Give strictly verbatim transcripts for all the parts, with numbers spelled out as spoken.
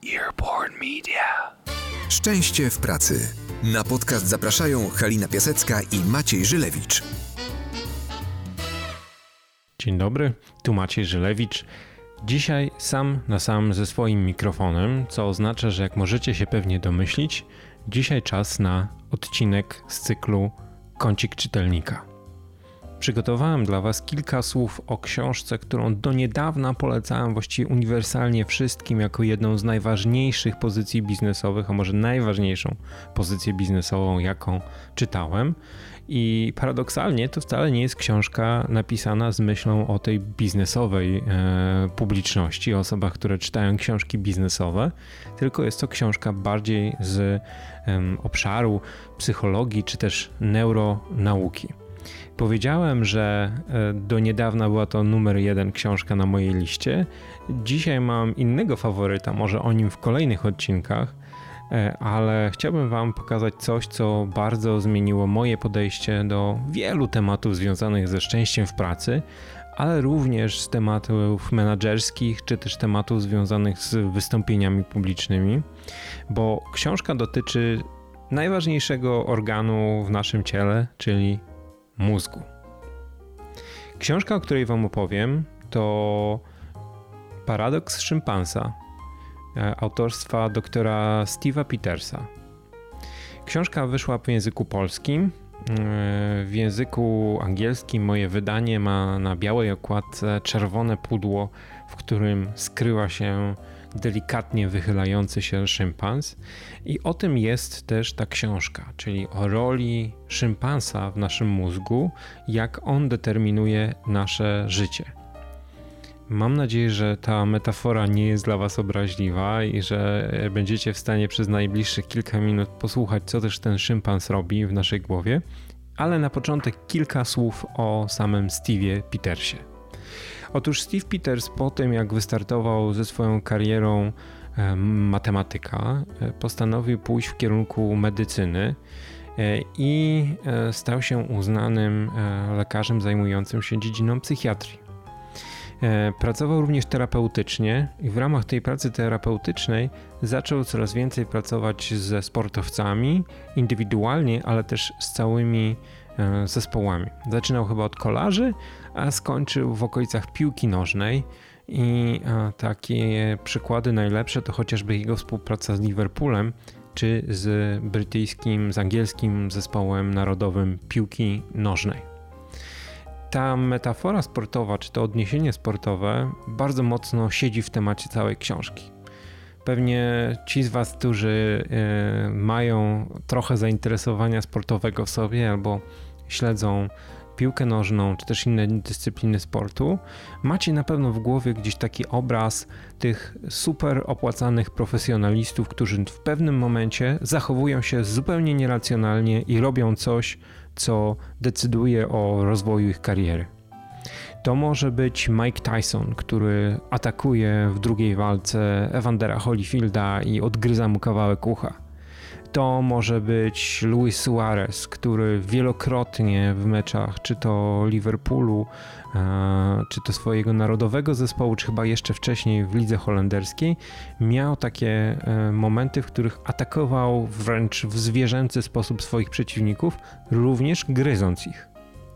Earborn Media. Szczęście w pracy. Na podcast zapraszają Halina Piasecka i Maciej Żylewicz. Dzień dobry, tu Maciej Żylewicz. Dzisiaj sam na sam ze swoim mikrofonem, co oznacza, że jak możecie się pewnie domyślić, dzisiaj czas na odcinek z cyklu Kącik Czytelnika. Przygotowałem dla Was kilka słów o książce, którą do niedawna polecałem właściwie uniwersalnie wszystkim jako jedną z najważniejszych pozycji biznesowych, a może najważniejszą pozycję biznesową, jaką czytałem. I paradoksalnie to wcale nie jest książka napisana z myślą o tej biznesowej e, publiczności, o osobach, które czytają książki biznesowe, tylko jest to książka bardziej z e, obszaru psychologii czy też neuronauki. Powiedziałem, że do niedawna była to numer jeden książka na mojej liście. Dzisiaj mam innego faworyta, może o nim w kolejnych odcinkach, ale chciałbym Wam pokazać coś, co bardzo zmieniło moje podejście do wielu tematów związanych ze szczęściem w pracy, ale również z tematów menedżerskich, czy też tematów związanych z wystąpieniami publicznymi, bo książka dotyczy najważniejszego organu w naszym ciele, czyli mózgu. Książka, o której Wam opowiem, to Paradoks szympansa autorstwa doktora Steve'a Petersa. Książka wyszła w języku polskim. W języku angielskim moje wydanie ma na białej okładce czerwone pudło, w którym skryła się delikatnie wychylający się szympans. I o tym jest też ta książka, czyli o roli szympansa w naszym mózgu, jak on determinuje nasze życie. Mam nadzieję, że ta metafora nie jest dla Was obraźliwa i że będziecie w stanie przez najbliższych kilka minut posłuchać, co też ten szympans robi w naszej głowie. Ale na początek kilka słów o samym Steve'ie Petersie. Otóż Steve Peters po tym, jak wystartował ze swoją karierą matematyka, postanowił pójść w kierunku medycyny i stał się uznanym lekarzem zajmującym się dziedziną psychiatrii. Pracował również terapeutycznie i w ramach tej pracy terapeutycznej zaczął coraz więcej pracować ze sportowcami indywidualnie, ale też z całymi zespołami. Zaczynał chyba od kolarzy, a skończył w okolicach piłki nożnej i takie przykłady najlepsze to chociażby jego współpraca z Liverpoolem czy z brytyjskim, z angielskim zespołem narodowym piłki nożnej. Ta metafora sportowa, czy to odniesienie sportowe bardzo mocno siedzi w temacie całej książki. Pewnie ci z Was, którzy y, mają trochę zainteresowania sportowego w sobie albo śledzą piłkę nożną, czy też inne dyscypliny sportu, macie na pewno w głowie gdzieś taki obraz tych super opłacanych profesjonalistów, którzy w pewnym momencie zachowują się zupełnie nieracjonalnie i robią coś, co decyduje o rozwoju ich kariery. To może być Mike Tyson, który atakuje w drugiej walce Evandera Holyfielda i odgryza mu kawałek ucha. To może być Luis Suarez, który wielokrotnie w meczach czy to Liverpoolu, czy to swojego narodowego zespołu, czy chyba jeszcze wcześniej w lidze holenderskiej, miał takie momenty, w których atakował wręcz w zwierzęcy sposób swoich przeciwników, również gryząc ich.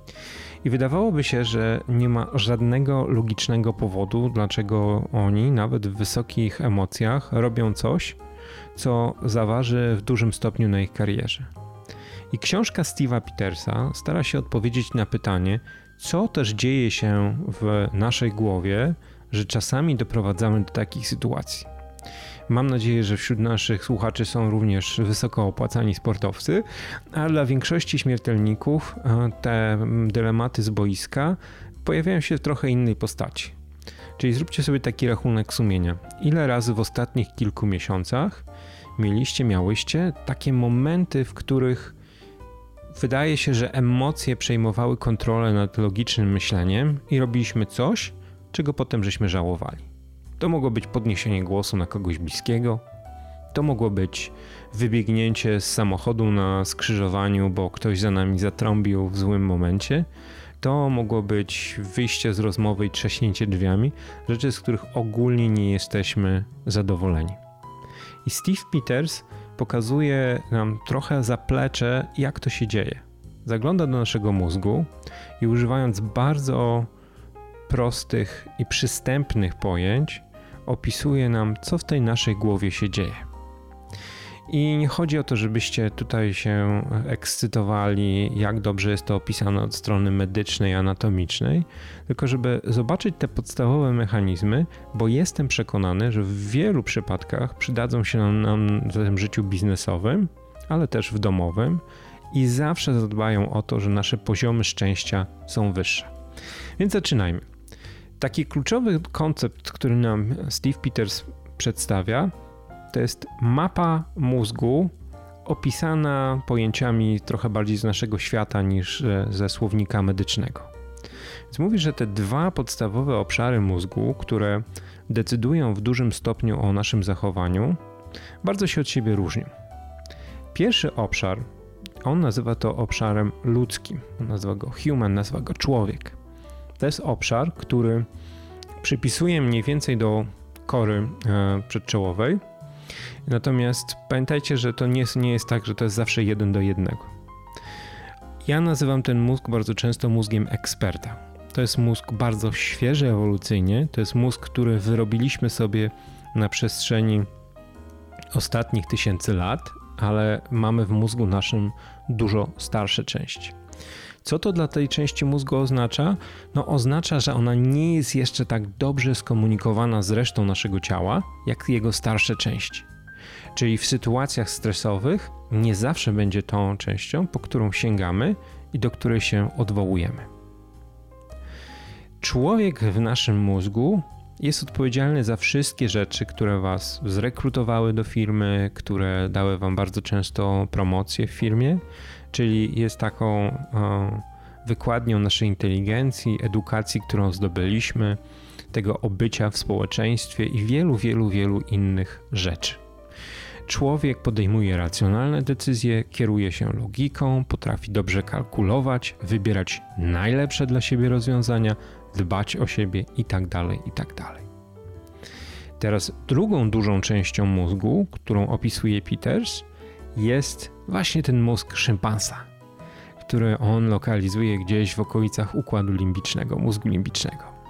I wydawałoby się, że nie ma żadnego logicznego powodu, dlaczego oni nawet w wysokich emocjach robią coś, co zaważy w dużym stopniu na ich karierze. I książka Steve'a Petersa stara się odpowiedzieć na pytanie, co też dzieje się w naszej głowie, że czasami doprowadzamy do takich sytuacji. Mam nadzieję, że wśród naszych słuchaczy są również wysoko opłacani sportowcy, a dla większości śmiertelników te dylematy z boiska pojawiają się w trochę innej postaci. Czyli zróbcie sobie taki rachunek sumienia. Ile razy w ostatnich kilku miesiącach mieliście, miałyście takie momenty, w których wydaje się, że emocje przejmowały kontrolę nad logicznym myśleniem i robiliśmy coś, czego potem żeśmy żałowali. To mogło być podniesienie głosu na kogoś bliskiego, to mogło być wybiegnięcie z samochodu na skrzyżowaniu, bo ktoś za nami zatrąbił w złym momencie, To mogło być wyjście z rozmowy i trzaśnięcie drzwiami, rzeczy, z których ogólnie nie jesteśmy zadowoleni. I Steve Peters pokazuje nam trochę zaplecze, jak to się dzieje. Zagląda do naszego mózgu i używając bardzo prostych i przystępnych pojęć, opisuje nam, co w tej naszej głowie się dzieje. I nie chodzi o to, żebyście tutaj się ekscytowali, jak dobrze jest to opisane od strony medycznej, anatomicznej, tylko żeby zobaczyć te podstawowe mechanizmy, bo jestem przekonany, że w wielu przypadkach przydadzą się nam, nam w tym życiu biznesowym, ale też w domowym i zawsze zadbają o to, że nasze poziomy szczęścia są wyższe. Więc zaczynajmy. Taki kluczowy koncept, który nam Steve Peters przedstawia, to jest mapa mózgu opisana pojęciami trochę bardziej z naszego świata niż ze słownika medycznego. Więc mówi, że te dwa podstawowe obszary mózgu, które decydują w dużym stopniu o naszym zachowaniu, bardzo się od siebie różnią. Pierwszy obszar, on nazywa to obszarem ludzkim, on nazywa go human, nazywa go człowiek. To jest obszar, który przypisuje mniej więcej do kory e, przedczołowej. Natomiast pamiętajcie, że to nie jest, nie jest tak, że to jest zawsze jeden do jednego. Ja nazywam ten mózg bardzo często mózgiem eksperta. To jest mózg bardzo świeży ewolucyjnie, to jest mózg, który wyrobiliśmy sobie na przestrzeni ostatnich tysięcy lat, ale mamy w mózgu naszym dużo starsze części. Co to dla tej części mózgu oznacza? No oznacza, że ona nie jest jeszcze tak dobrze skomunikowana z resztą naszego ciała, jak jego starsze części. Czyli w sytuacjach stresowych nie zawsze będzie tą częścią, po którą sięgamy i do której się odwołujemy. Człowiek w naszym mózgu jest odpowiedzialny za wszystkie rzeczy, które was zrekrutowały do firmy, które dały wam bardzo często promocję w firmie, czyli jest taką o, wykładnią naszej inteligencji, edukacji, którą zdobyliśmy, tego obycia w społeczeństwie i wielu, wielu, wielu innych rzeczy. Człowiek podejmuje racjonalne decyzje, kieruje się logiką, potrafi dobrze kalkulować, wybierać najlepsze dla siebie rozwiązania, dbać o siebie itd., itd. Teraz drugą dużą częścią mózgu, którą opisuje Peters, jest właśnie ten mózg szympansa, który on lokalizuje gdzieś w okolicach układu limbicznego, mózgu limbicznego.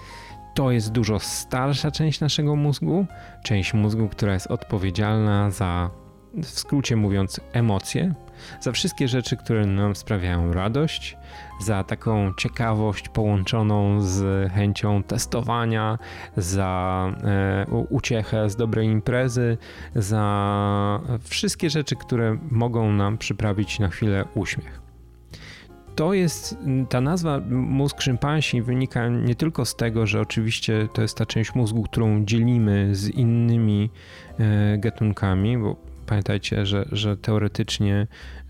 To jest dużo starsza część naszego mózgu, część mózgu, która jest odpowiedzialna za, w skrócie mówiąc, emocje, za wszystkie rzeczy, które nam sprawiają radość, za taką ciekawość połączoną z chęcią testowania, za e, uciechę z dobrej imprezy, za wszystkie rzeczy, które mogą nam przyprawić na chwilę uśmiech. To jest, ta nazwa mózg szympansi wynika nie tylko z tego, że oczywiście to jest ta część mózgu, którą dzielimy z innymi e, gatunkami, bo pamiętajcie, że, że teoretycznie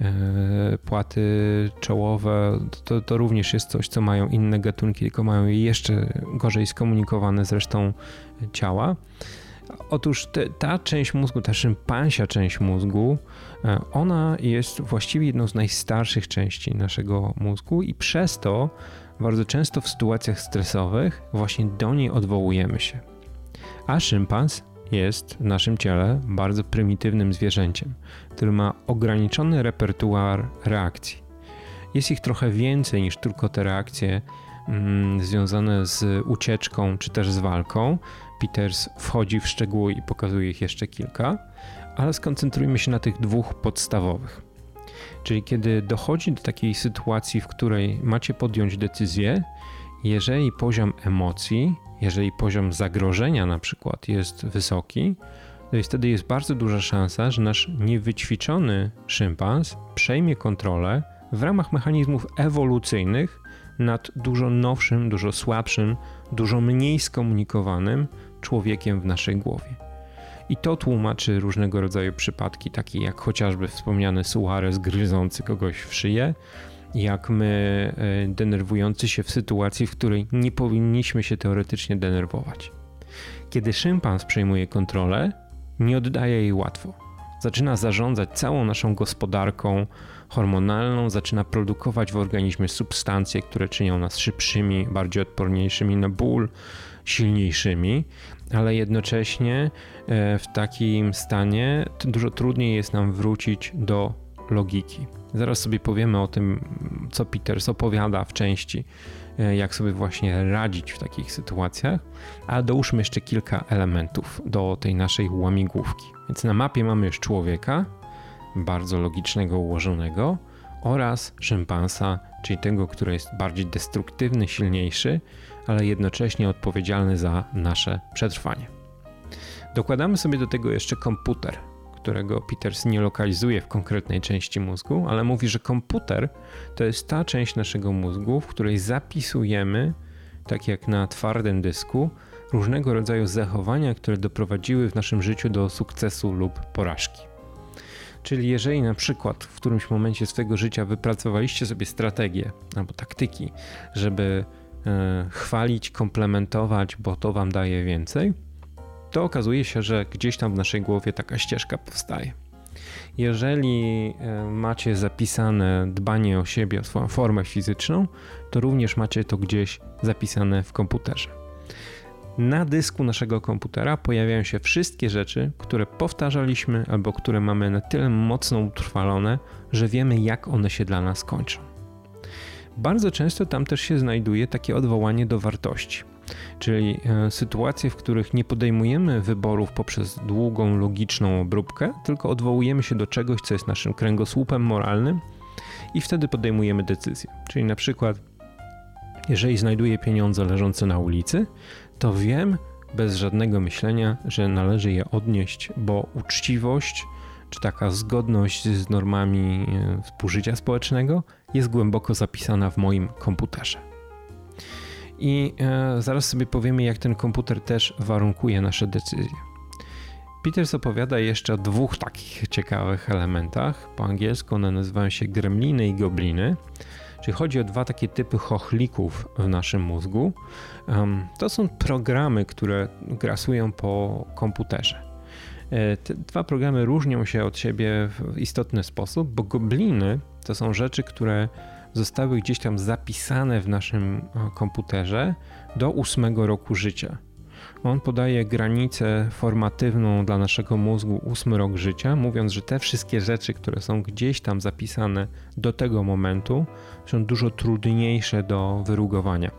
e, płaty czołowe to, to również jest coś, co mają inne gatunki, tylko mają je jeszcze gorzej skomunikowane z resztą ciała. Otóż te, ta część mózgu, ta szympansia część mózgu, ona jest właściwie jedną z najstarszych części naszego mózgu i przez to bardzo często w sytuacjach stresowych właśnie do niej odwołujemy się. A szympans jest w naszym ciele bardzo prymitywnym zwierzęciem, który ma ograniczony repertuar reakcji. Jest ich trochę więcej niż tylko te reakcje mm, związane z ucieczką czy też z walką. Peters wchodzi w szczegóły i pokazuje ich jeszcze kilka, ale skoncentrujmy się na tych dwóch podstawowych. Czyli kiedy dochodzi do takiej sytuacji, w której macie podjąć decyzję, jeżeli poziom emocji, jeżeli poziom zagrożenia na przykład jest wysoki, to jest wtedy jest bardzo duża szansa, że nasz niewyćwiczony szympans przejmie kontrolę w ramach mechanizmów ewolucyjnych nad dużo nowszym, dużo słabszym, dużo mniej skomunikowanym człowiekiem w naszej głowie. I to tłumaczy różnego rodzaju przypadki, takie jak chociażby wspomniany Suarez gryzący kogoś w szyję, jak my denerwujący się w sytuacji, w której nie powinniśmy się teoretycznie denerwować. Kiedy szympans przejmuje kontrolę, nie oddaje jej łatwo. Zaczyna zarządzać całą naszą gospodarką hormonalną, zaczyna produkować w organizmie substancje, które czynią nas szybszymi, bardziej odporniejszymi na ból, silniejszymi ale jednocześnie w takim stanie dużo trudniej jest nam wrócić do logiki. Zaraz sobie powiemy o tym, co Peters opowiada w części, jak sobie właśnie radzić w takich sytuacjach, ale dołóżmy jeszcze kilka elementów do tej naszej łamigłówki. Więc na mapie mamy już człowieka, bardzo logicznego, ułożonego, oraz szympansa, czyli tego, który jest bardziej destruktywny, silniejszy, ale jednocześnie odpowiedzialny za nasze przetrwanie. Dokładamy sobie do tego jeszcze komputer, którego Peters nie lokalizuje w konkretnej części mózgu, ale mówi, że komputer to jest ta część naszego mózgu, w której zapisujemy, tak jak na twardym dysku, różnego rodzaju zachowania, które doprowadziły w naszym życiu do sukcesu lub porażki. Czyli jeżeli na przykład w którymś momencie swojego życia wypracowaliście sobie strategię albo taktyki, żeby e, chwalić, komplementować, bo to wam daje więcej, to okazuje się, że gdzieś tam w naszej głowie taka ścieżka powstaje. Jeżeli macie zapisane dbanie o siebie, o swoją formę fizyczną, to również macie to gdzieś zapisane w komputerze. Na dysku naszego komputera pojawiają się wszystkie rzeczy, które powtarzaliśmy albo które mamy na tyle mocno utrwalone, że wiemy, jak one się dla nas kończą. Bardzo często tam też się znajduje takie odwołanie do wartości. Czyli sytuacje, w których nie podejmujemy wyborów poprzez długą, logiczną obróbkę, tylko odwołujemy się do czegoś, co jest naszym kręgosłupem moralnym i wtedy podejmujemy decyzję. Czyli na przykład, jeżeli znajduję pieniądze leżące na ulicy, to wiem bez żadnego myślenia, że należy je odnieść, bo uczciwość czy taka zgodność z normami współżycia społecznego jest głęboko zapisana w moim komputerze. I e, zaraz sobie powiemy, jak ten komputer też warunkuje nasze decyzje. Peters opowiada jeszcze o dwóch takich ciekawych elementach. Po angielsku one nazywają się gremliny i gobliny. Czyli chodzi o dwa takie typy chochlików w naszym mózgu. Um, to są programy, które grasują po komputerze. E, te dwa programy różnią się od siebie w istotny sposób, bo gobliny to są rzeczy, które zostały gdzieś tam zapisane w naszym komputerze do ósmego roku życia. On podaje granicę formatywną dla naszego mózgu ósmy rok życia, mówiąc, że te wszystkie rzeczy, które są gdzieś tam zapisane do tego momentu, są dużo trudniejsze do wyrugowania.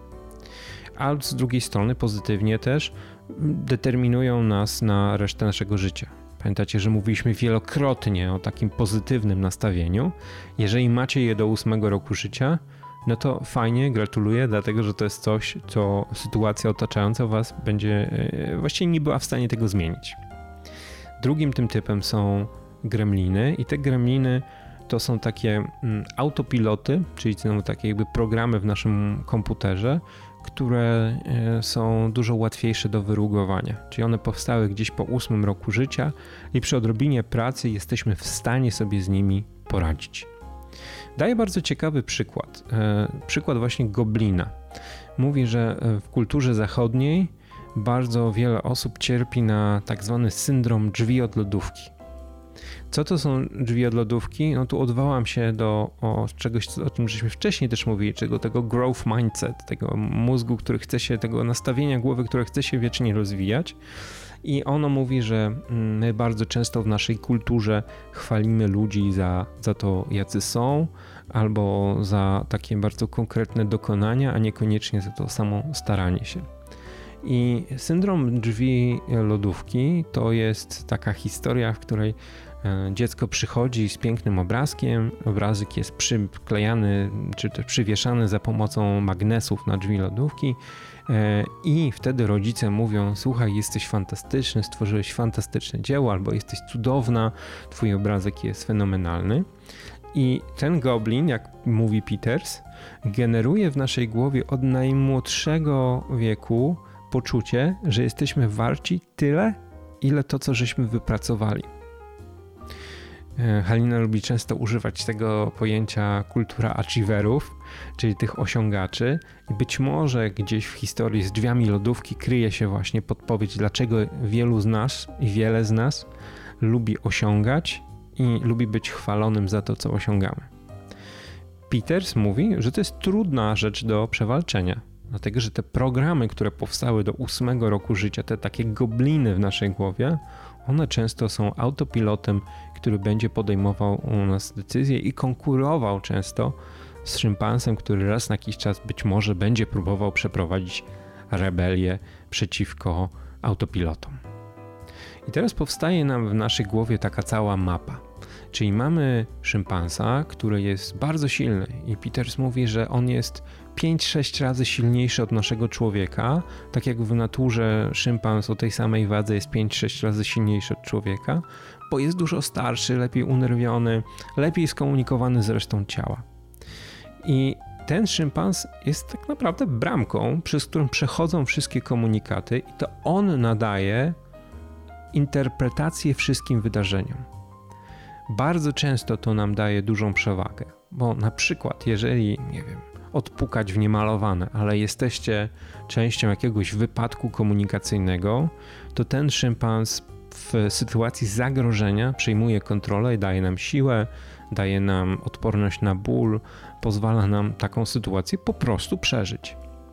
A z drugiej strony pozytywnie też determinują nas na resztę naszego życia. Pamiętacie, że mówiliśmy wielokrotnie o takim pozytywnym nastawieniu. Jeżeli macie je do ósmego roku życia, no to fajnie, gratuluję, dlatego że to jest coś, co sytuacja otaczająca was będzie właściwie nie była w stanie tego zmienić. Drugim tym typem są gremliny i te gremliny to są takie autopiloty, czyli są takie jakby programy w naszym komputerze, które są dużo łatwiejsze do wyrugowania. Czyli one powstały gdzieś po ósmym roku życia i przy odrobinie pracy jesteśmy w stanie sobie z nimi poradzić. Daję bardzo ciekawy przykład. Przykład właśnie goblina. Mówi, że w kulturze zachodniej bardzo wiele osób cierpi na tak zwany syndrom drzwi od lodówki. Co to są drzwi od lodówki? No tu odwołam się do o czegoś, o czym żeśmy wcześniej też mówili, czyli tego growth mindset, tego mózgu, który chce się, tego nastawienia głowy, które chce się wiecznie rozwijać. I ono mówi, że my bardzo często w naszej kulturze chwalimy ludzi za, za to, jacy są, albo za takie bardzo konkretne dokonania, a niekoniecznie za to samo staranie się. I syndrom drzwi lodówki to jest taka historia, w której dziecko przychodzi z pięknym obrazkiem, obrazek jest przyklejany czy też przywieszany za pomocą magnesów na drzwi lodówki i wtedy rodzice mówią: słuchaj, jesteś fantastyczny, stworzyłeś fantastyczne dzieło, albo jesteś cudowna, twój obrazek jest fenomenalny. I ten goblin, jak mówi Peters, generuje w naszej głowie od najmłodszego wieku poczucie, że jesteśmy warci tyle, ile to, co żeśmy wypracowali. Halina lubi często używać tego pojęcia kultura achieverów, czyli tych osiągaczy, i być może gdzieś w historii z drzwiami lodówki kryje się właśnie podpowiedź, dlaczego wielu z nas i wiele z nas lubi osiągać i lubi być chwalonym za to, co osiągamy. Peters mówi, że to jest trudna rzecz do przewalczenia. Dlatego, że te programy, które powstały do ósmego roku życia, te takie gobliny w naszej głowie, one często są autopilotem, który będzie podejmował u nas decyzje i konkurował często z szympansem, który raz na jakiś czas być może będzie próbował przeprowadzić rebelię przeciwko autopilotom. I teraz powstaje nam w naszej głowie taka cała mapa. Czyli mamy szympansa, który jest bardzo silny i Peters mówi, że on jest pięć sześć razy silniejszy od naszego człowieka, tak jak w naturze szympans o tej samej wadze jest pięć sześć razy silniejszy od człowieka, bo jest dużo starszy, lepiej unerwiony, lepiej skomunikowany z resztą ciała. I ten szympans jest tak naprawdę bramką, przez którą przechodzą wszystkie komunikaty i to on nadaje interpretację wszystkim wydarzeniom. Bardzo często to nam daje dużą przewagę, bo na przykład jeżeli, nie wiem, odpukać w niemalowane, ale jesteście częścią jakiegoś wypadku komunikacyjnego, to ten szympans w sytuacji zagrożenia przejmuje kontrolę i daje nam siłę, daje nam odporność na ból, pozwala nam taką sytuację po prostu przeżyć.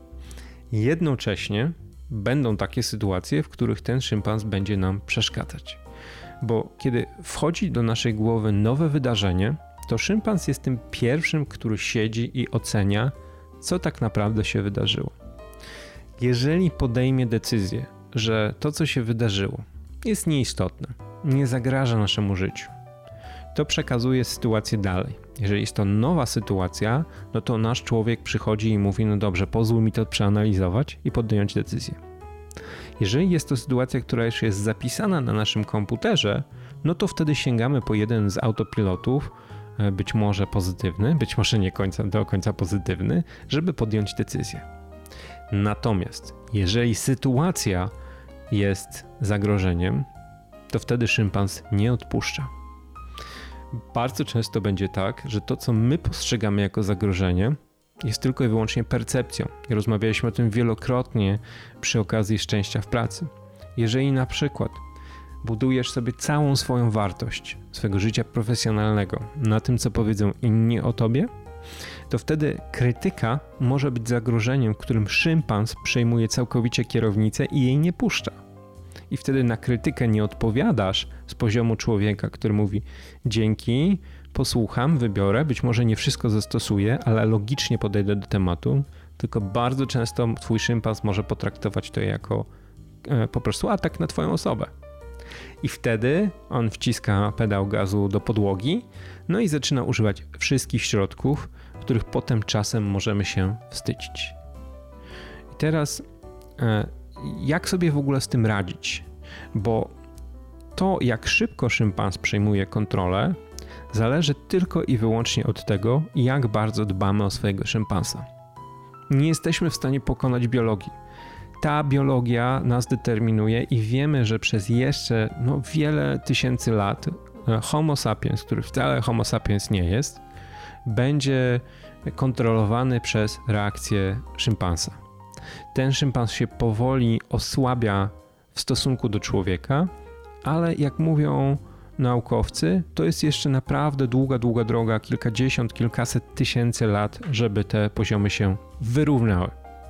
Jednocześnie będą takie sytuacje, w których ten szympans będzie nam przeszkadzać. Bo kiedy wchodzi do naszej głowy nowe wydarzenie, to szympans jest tym pierwszym, który siedzi i ocenia, co tak naprawdę się wydarzyło. Jeżeli podejmie decyzję, że to, co się wydarzyło, jest nieistotne, nie zagraża naszemu życiu, to przekazuje sytuację dalej. Jeżeli jest to nowa sytuacja, no to nasz człowiek przychodzi i mówi, no dobrze, pozwól mi to przeanalizować i podjąć decyzję. Jeżeli jest to sytuacja, która już jest zapisana na naszym komputerze, no to wtedy sięgamy po jeden z autopilotów, być może pozytywny, być może nie końca, do końca pozytywny, żeby podjąć decyzję. Natomiast jeżeli sytuacja jest zagrożeniem, to wtedy szympans nie odpuszcza. Bardzo często będzie tak, że to, co my postrzegamy jako zagrożenie, jest tylko i wyłącznie percepcją. Rozmawialiśmy o tym wielokrotnie przy okazji szczęścia w pracy. Jeżeli na przykład budujesz sobie całą swoją wartość swojego życia profesjonalnego na tym, co powiedzą inni o tobie, to wtedy krytyka może być zagrożeniem, w którym szympans przejmuje całkowicie kierownicę i jej nie puszcza. I wtedy na krytykę nie odpowiadasz z poziomu człowieka, który mówi dzięki, posłucham, wybiorę, być może nie wszystko zastosuję, ale logicznie podejdę do tematu, tylko bardzo często twój szympans może potraktować to jako e, po prostu atak na twoją osobę. I wtedy on wciska pedał gazu do podłogi, no i zaczyna używać wszystkich środków, których potem czasem możemy się wstydzić. I teraz e, jak sobie w ogóle z tym radzić? Bo to, jak szybko szympans przejmuje kontrolę, zależy tylko i wyłącznie od tego, jak bardzo dbamy o swojego szympansa. Nie jesteśmy w stanie pokonać biologii. Ta biologia nas determinuje i wiemy, że przez jeszcze no, wiele tysięcy lat Homo sapiens, który wcale Homo sapiens nie jest, będzie kontrolowany przez reakcję szympansa. Ten szympans się powoli osłabia w stosunku do człowieka, ale jak mówią naukowcy, to jest jeszcze naprawdę długa, długa droga, kilkadziesiąt, kilkaset tysięcy lat, żeby te poziomy się wyrównały.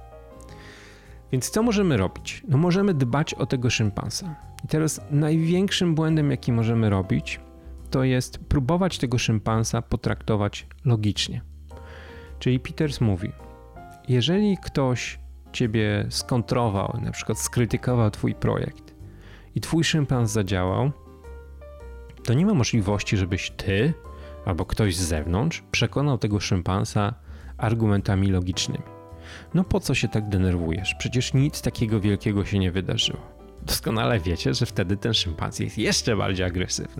Więc co możemy robić? No możemy dbać o tego szympansa. I teraz największym błędem, jaki możemy robić, to jest próbować tego szympansa potraktować logicznie. Czyli Peters mówi, jeżeli ktoś ciebie skontrował, na przykład skrytykował twój projekt i twój szympans zadziałał, to nie ma możliwości, żebyś ty albo ktoś z zewnątrz przekonał tego szympansa argumentami logicznymi. No po co się tak denerwujesz? Przecież nic takiego wielkiego się nie wydarzyło. Doskonale wiecie, że wtedy ten szympans jest jeszcze bardziej agresywny.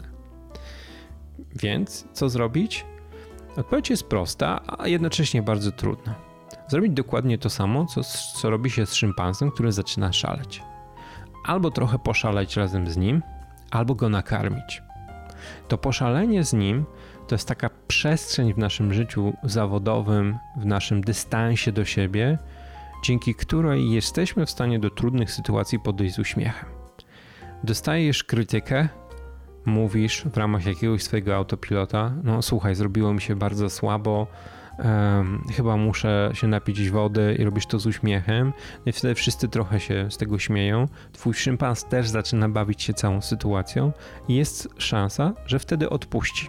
Więc co zrobić? Odpowiedź jest prosta, a jednocześnie bardzo trudna. Zrobić dokładnie to samo, co, co robi się z szympansem, który zaczyna szaleć. Albo trochę poszaleć razem z nim, albo go nakarmić. To poszalenie z nim to jest taka przestrzeń w naszym życiu zawodowym, w naszym dystansie do siebie, dzięki której jesteśmy w stanie do trudnych sytuacji podejść z uśmiechem. Dostajesz krytykę, mówisz w ramach jakiegoś swojego autopilota, no słuchaj, zrobiło mi się bardzo słabo, um, chyba muszę się napić wody i robisz to z uśmiechem. I wtedy wszyscy trochę się z tego śmieją. Twój szympans też zaczyna bawić się całą sytuacją i jest szansa, że wtedy odpuści.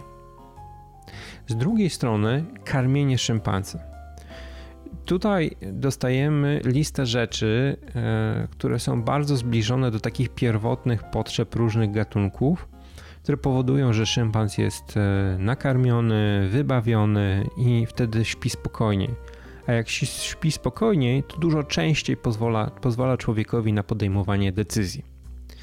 Z drugiej strony karmienie szympansa. Tutaj dostajemy listę rzeczy, e, które są bardzo zbliżone do takich pierwotnych potrzeb różnych gatunków, które powodują, że szympans jest e, nakarmiony, wybawiony i wtedy śpi spokojniej. A jak śpi spokojniej, to dużo częściej pozwala, pozwala człowiekowi na podejmowanie decyzji.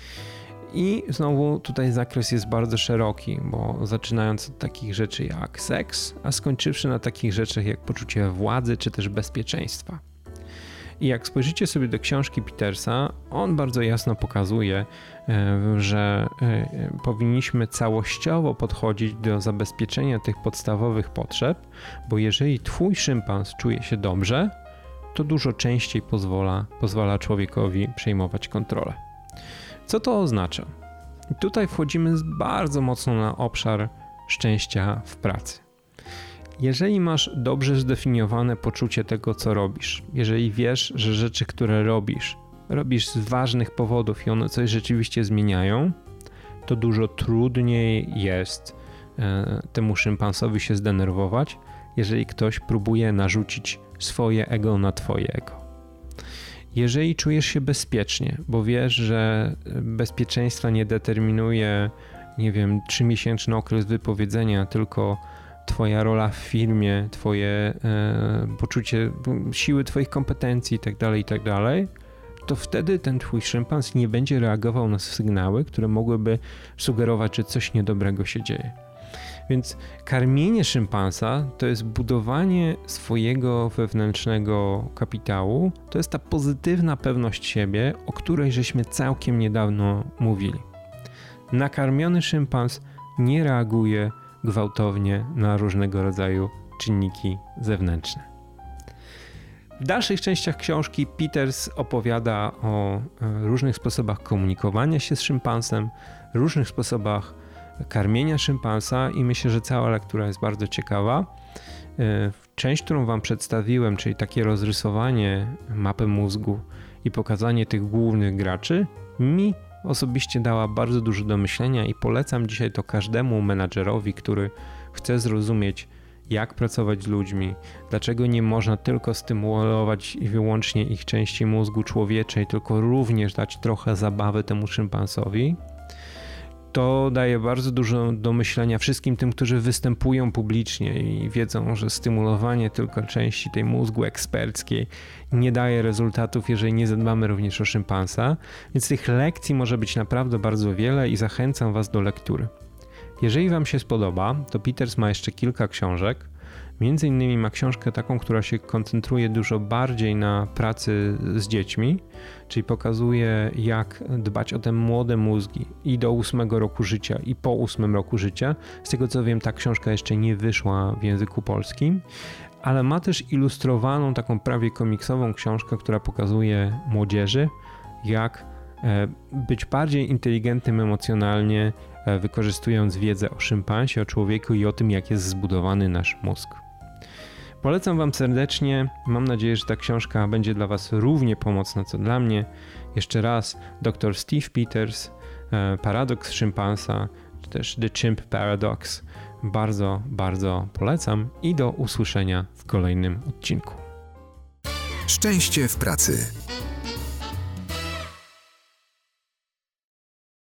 I znowu tutaj zakres jest bardzo szeroki, bo zaczynając od takich rzeczy jak seks, a skończywszy na takich rzeczach jak poczucie władzy czy też bezpieczeństwa. I jak spojrzycie sobie do książki Petersa, on bardzo jasno pokazuje, że powinniśmy całościowo podchodzić do zabezpieczenia tych podstawowych potrzeb, bo jeżeli twój szympans czuje się dobrze, to dużo częściej pozwala, pozwala człowiekowi przejmować kontrolę. Co to oznacza? Tutaj wchodzimy bardzo mocno na obszar szczęścia w pracy. Jeżeli masz dobrze zdefiniowane poczucie tego, co robisz, jeżeli wiesz, że rzeczy, które robisz, robisz z ważnych powodów i one coś rzeczywiście zmieniają, to dużo trudniej jest e, temu szympansowi się zdenerwować, jeżeli ktoś próbuje narzucić swoje ego na twoje ego. Jeżeli czujesz się bezpiecznie, bo wiesz, że bezpieczeństwa nie determinuje, nie wiem, trzymiesięczny okres wypowiedzenia, tylko twoja rola w firmie, twoje e, poczucie siły twoich kompetencji itd., itd., to wtedy ten twój szympans nie będzie reagował na sygnały, które mogłyby sugerować, że coś niedobrego się dzieje. Więc karmienie szympansa to jest budowanie swojego wewnętrznego kapitału, to jest ta pozytywna pewność siebie, o której żeśmy całkiem niedawno mówili. Nakarmiony szympans nie reaguje gwałtownie na różnego rodzaju czynniki zewnętrzne. W dalszych częściach książki Peters opowiada o różnych sposobach komunikowania się z szympansem, różnych sposobach karmienia szympansa i myślę, że cała lektura jest bardzo ciekawa. Część, którą wam przedstawiłem, czyli takie rozrysowanie mapy mózgu i pokazanie tych głównych graczy, mi osobiście dała bardzo dużo do myślenia i polecam dzisiaj to każdemu menadżerowi, który chce zrozumieć, jak pracować z ludźmi, dlaczego nie można tylko stymulować wyłącznie ich części mózgu człowieczej, tylko również dać trochę zabawy temu szympansowi. To daje bardzo dużo do myślenia wszystkim tym, którzy występują publicznie i wiedzą, że stymulowanie tylko części tej mózgu eksperckiej nie daje rezultatów, jeżeli nie zadbamy również o szympansa. Więc tych lekcji może być naprawdę bardzo wiele i zachęcam was do lektury. Jeżeli wam się spodoba, to Peters ma jeszcze kilka książek. Między innymi ma książkę taką, która się koncentruje dużo bardziej na pracy z dziećmi, czyli pokazuje, jak dbać o te młode mózgi i do ósmego roku życia, i po ósmym roku życia. Z tego co wiem, ta książka jeszcze nie wyszła w języku polskim, ale ma też ilustrowaną, taką prawie komiksową książkę, która pokazuje młodzieży, jak być bardziej inteligentnym emocjonalnie, wykorzystując wiedzę o szympansie, o człowieku i o tym, jak jest zbudowany nasz mózg. Polecam wam serdecznie. Mam nadzieję, że ta książka będzie dla was równie pomocna, co dla mnie. Jeszcze raz, dr Steve Peters, Paradoks szympansa, czy też The Chimp Paradox. Bardzo, bardzo polecam i do usłyszenia w kolejnym odcinku. Szczęście w pracy.